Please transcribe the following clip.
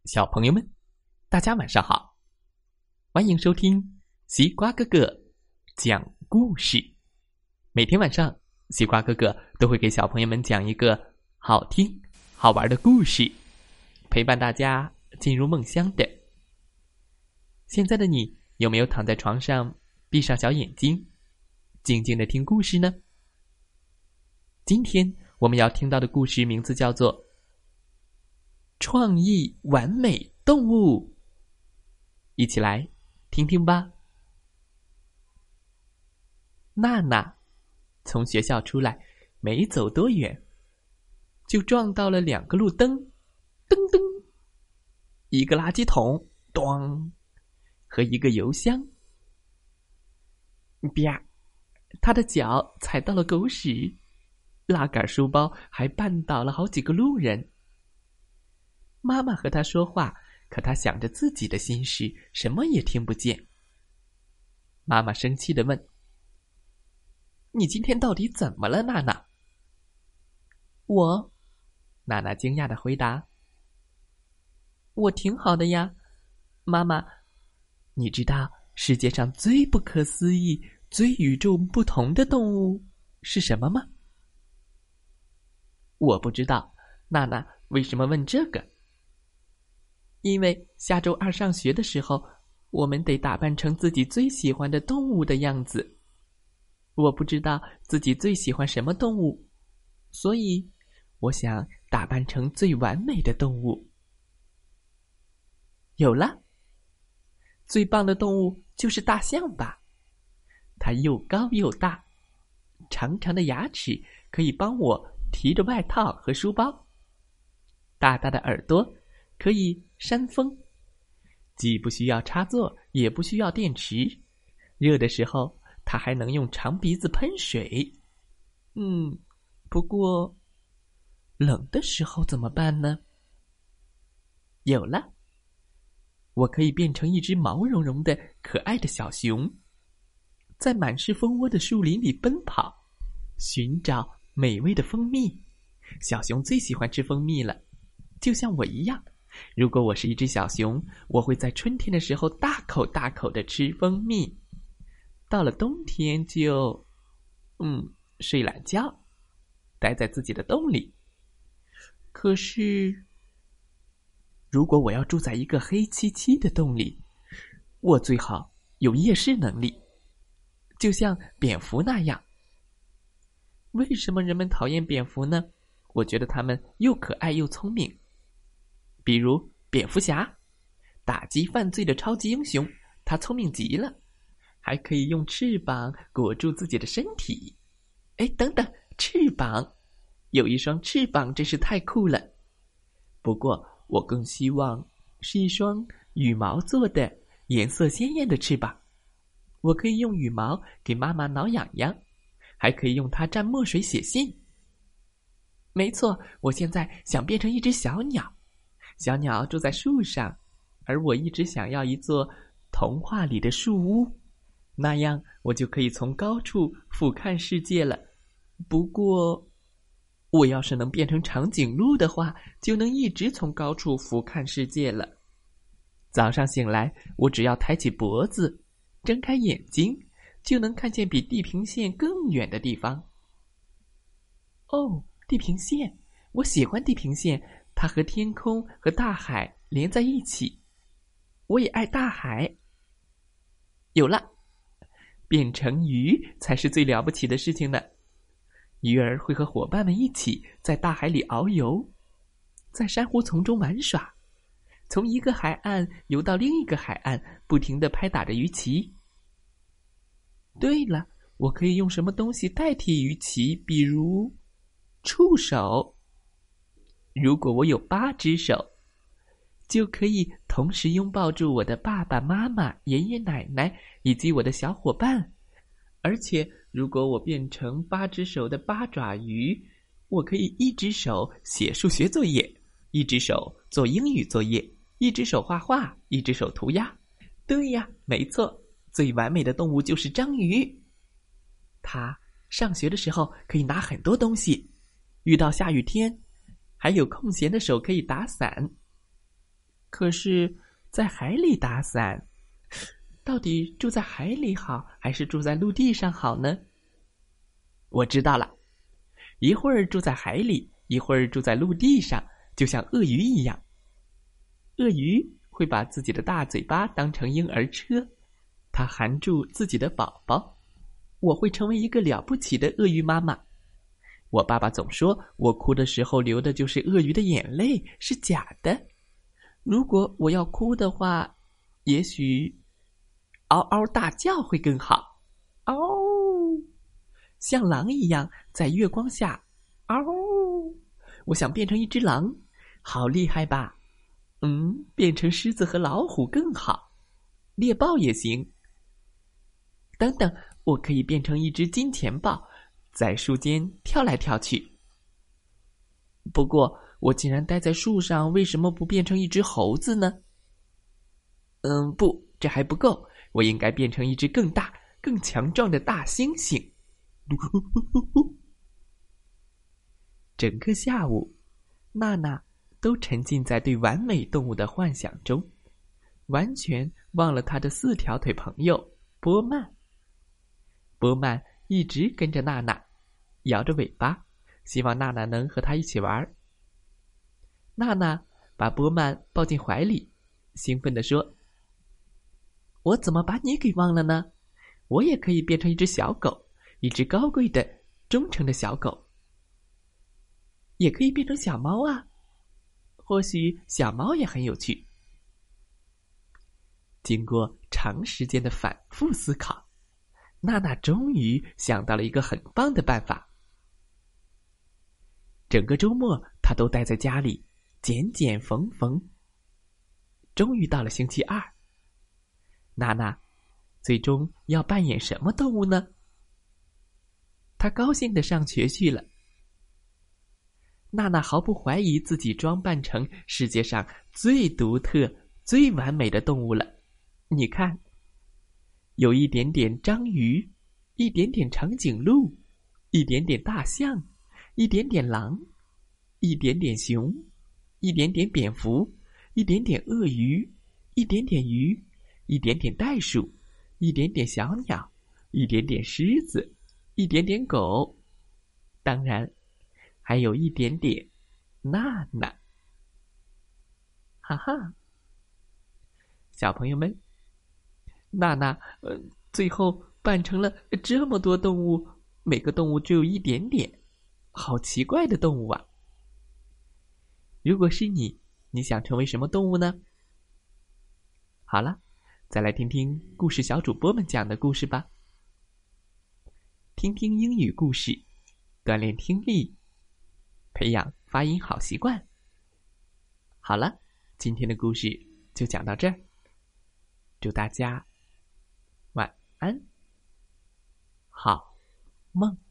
小朋友们，大家晚上好，欢迎收听西瓜哥哥讲故事。每天晚上，西瓜哥哥都会给小朋友们讲一个好听好玩的故事，陪伴大家进入梦乡的。现在的你有没有躺在床上闭上小眼睛静静的听故事呢？今天我们要听到的故事名字叫做创意完美动物，一起来听听吧。娜娜从学校出来，没走多远，就撞到了两个路灯，噔噔，一个垃圾桶，咚，和一个邮箱。啪！他的脚踩到了狗屎，拉杆书包还绊倒了好几个路人。妈妈和他说话，可他想着自己的心事，什么也听不见。妈妈生气地问：“你今天到底怎么了，娜娜？”娜娜惊讶地回答：“我挺好的呀，妈妈。你知道世界上最不可思议、最与众不同的动物是什么吗？”我不知道，娜娜为什么问这个？因为下周二上学的时候，我们得打扮成自己最喜欢的动物的样子。我不知道自己最喜欢什么动物，所以我想打扮成最完美的动物。有了，最棒的动物就是大象吧？它又高又大，长长的牙齿可以帮我提着外套和书包，大大的耳朵可以扇风，既不需要插座，也不需要电池。热的时候，它还能用长鼻子喷水。不过，冷的时候怎么办呢？有了，我可以变成一只毛茸茸的可爱的小熊，在满是蜂窝的树林里奔跑，寻找美味的蜂蜜。小熊最喜欢吃蜂蜜了，就像我一样。如果我是一只小熊，我会在春天的时候大口大口地吃蜂蜜，到了冬天就睡懒觉，待在自己的洞里。可是如果我要住在一个黑漆漆的洞里，我最好有夜视能力，就像蝙蝠那样。为什么人们讨厌蝙蝠呢？我觉得它们又可爱又聪明。比如蝙蝠侠，打击犯罪的超级英雄，他聪明极了，还可以用翅膀裹住自己的身体。等等，翅膀，有一双翅膀真是太酷了。不过我更希望是一双羽毛做的颜色鲜艳的翅膀，我可以用羽毛给妈妈挠痒痒，还可以用它蘸墨水写信。没错，我现在想变成一只小鸟，小鸟住在树上，而我一直想要一座童话里的树屋，那样我就可以从高处俯瞰世界了。不过，我要是能变成长颈鹿的话，就能一直从高处俯瞰世界了。早上醒来，我只要抬起脖子，睁开眼睛，就能看见比地平线更远的地方。地平线，我喜欢地平线，它和天空和大海连在一起。我也爱大海。有了，变成鱼才是最了不起的事情呢。鱼儿会和伙伴们一起在大海里遨游，在珊瑚丛中玩耍，从一个海岸游到另一个海岸，不停地拍打着鱼鳍。对了，我可以用什么东西代替鱼鳍？比如触手。如果我有8只手，就可以同时拥抱住我的爸爸妈妈、爷爷奶奶以及我的小伙伴。而且如果我变成8只手的8爪鱼，我可以1只手写数学作业，1只手做英语作业，1只手画画，1只手涂鸦。对呀，没错，最完美的动物就是章鱼。它上学的时候可以拿很多东西，遇到下雨天，还有空闲的手可以打伞。 可是在海里打伞，到底住在海里好，还是住在陆地上好呢？我知道了，一会儿住在海里，一会儿住在陆地上，就像鳄鱼一样。鳄鱼会把自己的大嘴巴当成婴儿车，它含住自己的宝宝。我会成为一个了不起的鳄鱼妈妈。我爸爸总说，我哭的时候流的就是鳄鱼的眼泪，是假的。如果我要哭的话，也许嗷嗷大叫会更好。嗷，像狼一样在月光下嗷。我想变成一只狼，好厉害吧？变成狮子和老虎更好，猎豹也行。等等，我可以变成一只金钱豹，在树间跳来跳去。不过我既然待在树上，为什么不变成一只猴子呢？不，这还不够，我应该变成一只更大更强壮的大猩猩。整个下午，娜娜都沉浸在对完美动物的幻想中，完全忘了她的4条腿朋友波曼。波曼一直跟着娜娜，摇着尾巴，希望娜娜能和他一起玩。娜娜把波曼抱进怀里，兴奋地说：“我怎么把你给忘了呢？我也可以变成一只小狗，一只高贵的、忠诚的小狗。也可以变成小猫啊，或许小猫也很有趣。”经过长时间的反复思考，娜娜终于想到了一个很棒的办法。整个周末，她都待在家里，剪剪缝缝。终于到了星期二，娜娜最终要扮演什么动物呢？她高兴地上学去了。娜娜毫不怀疑自己装扮成世界上最独特、最完美的动物了。你看，有一点点章鱼，一点点长颈鹿，一点点大象，一点点狼，一点点熊，一点点蝙蝠，一点点鳄鱼，一点点鱼，一点点袋鼠，一点点小鸟，一点点狮子，一点点狗，当然还有一点点娜娜。哈哈，小朋友们，娜娜最后扮成了这么多动物，每个动物只有一点点，好奇怪的动物啊！如果是你，你想成为什么动物呢？好了，再来听听故事小主播们讲的故事吧。听听英语故事，锻炼听力，培养发音好习惯。好了，今天的故事就讲到这儿，祝大家晚安，好梦。